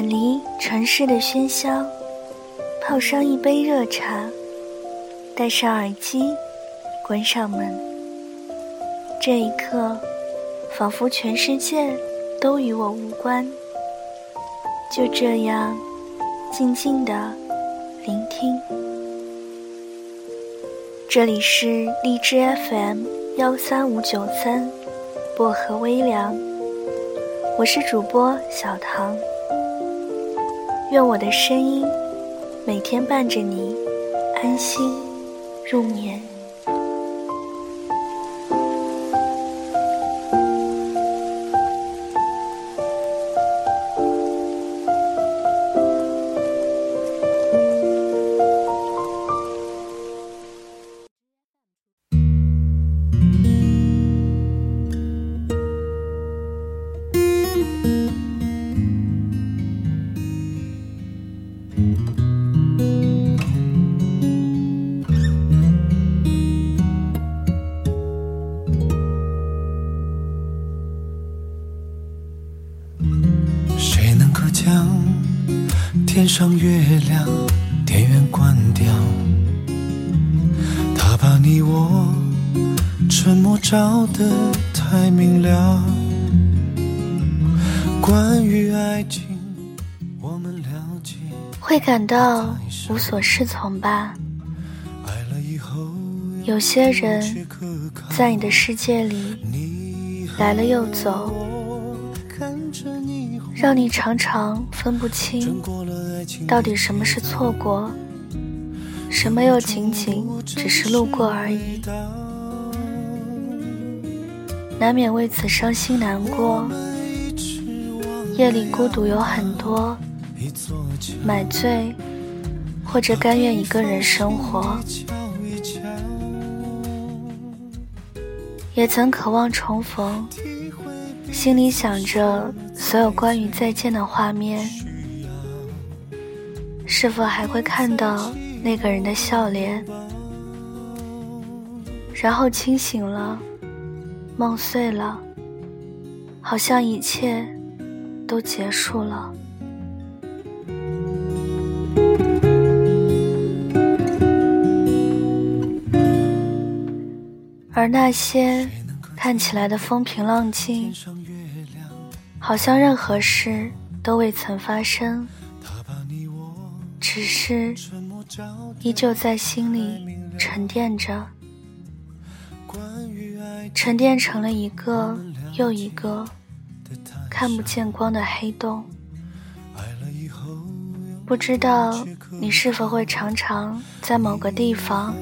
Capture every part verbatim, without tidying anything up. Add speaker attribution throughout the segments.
Speaker 1: 远离城市的喧嚣，泡上一杯热茶，戴上耳机，关上门。这一刻，仿佛全世界都与我无关。就这样，静静地聆听。这里是荔枝 F M 一三五九三，薄荷微凉，我是主播小唐。愿我的声音每天伴着你安心入眠。
Speaker 2: 天上月亮电源关掉，它把你我沉默照得太明了。关于爱情我们了解，
Speaker 1: 会感到无所适从吧。有些人在你的世界里来了又走，让你常常分不清到底什么是错过，什么又仅仅只是路过而已，难免为此伤心难过。夜里孤独有很多，买醉或者甘愿一个人生活，也曾渴望重逢，心里想着所有关于再见的画面，是否还会看到那个人的笑脸？然后清醒了，梦碎了，好像一切都结束了。而那些看起来的风平浪静，好像任何事都未曾发生，只是依旧在心里沉淀着，沉淀成了一个又一个看不见光的黑洞。不知道你是否会常常在某个地方，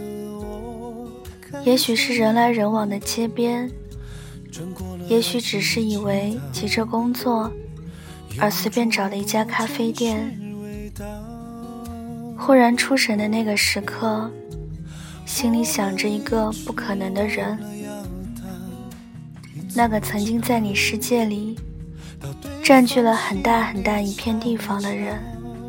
Speaker 1: 也许是人来人往的街边，也许只是以为急着工作而随便找了一家咖啡店，忽然出神的那个时刻，心里想着一个不可能的人，那个曾经在你世界里占据了很大很大一片地方的人，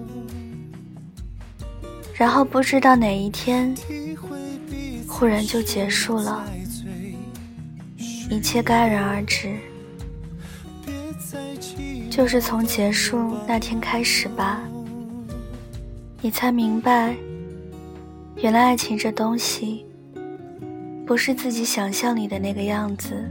Speaker 1: 然后不知道哪一天忽然就结束了，一切戛然而止。就是从结束那天开始吧，你才明白，原来爱情这东西不是自己想象里的那个样子，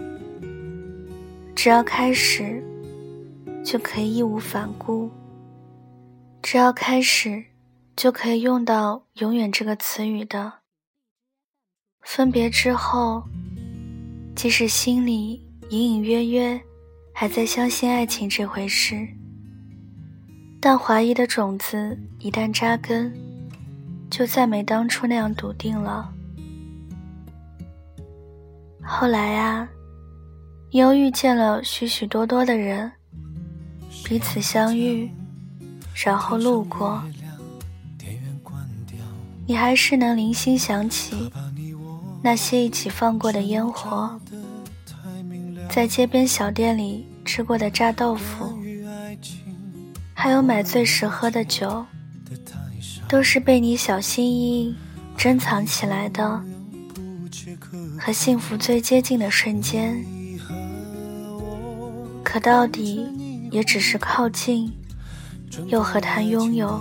Speaker 1: 只要开始就可以义无反顾，只要开始就可以用到永远这个词语的。分别之后，即使心里隐隐约约还在相信爱情这回事，但怀疑的种子一旦扎根，就再没当初那样笃定了。后来啊，你又遇见了许许多多的人，彼此相遇，然后路过，你还是能零星想起那些一起放过的烟火，在街边小店里吃过的炸豆腐，还有买醉时喝的酒，都是被你小心翼翼珍藏起来的，和幸福最接近的瞬间。可到底也只是靠近， 又何谈拥有？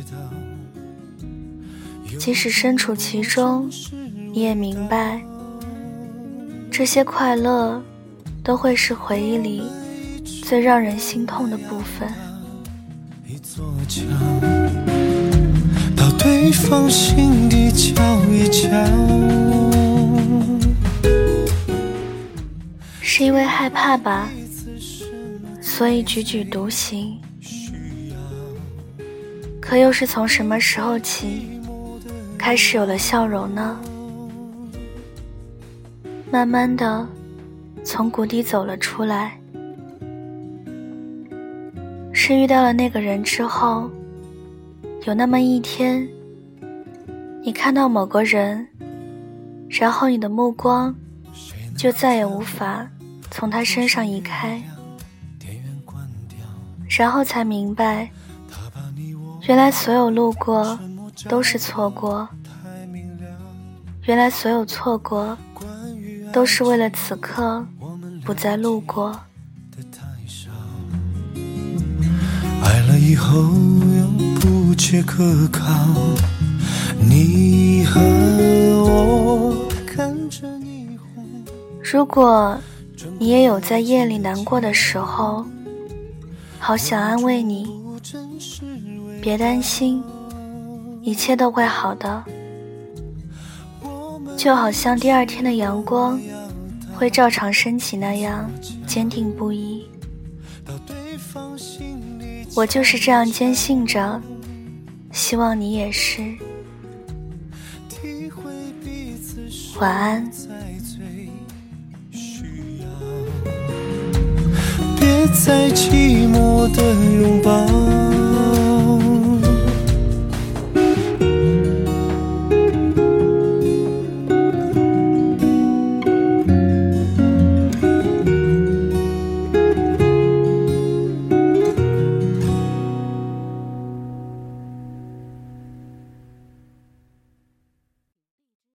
Speaker 1: 即使身处其中，你也明白，这些快乐都会是回忆里最让人心痛的部分。
Speaker 2: 一座墙，到对方心底瞧一瞧。
Speaker 1: 是因为害怕吧，所以踽踽独行。可又是从什么时候起开始有了笑容呢？慢慢的从谷底走了出来。是遇到了那个人之后，有那么一天，你看到某个人，然后你的目光就再也无法从他身上移开，然后才明白，原来所有路过都是错过，原来所有错过都是为了此刻不再路过。
Speaker 2: 爱了以后又不切可靠，你和我看着霓虹。
Speaker 1: 如果你也有在夜里难过的时候，好想安慰你，别担心，一切都会好的。就好像第二天的阳光会照常升起那样坚定不移。我就是这样坚信着，希望你也是。晚安。
Speaker 2: 别再寂寞的拥抱。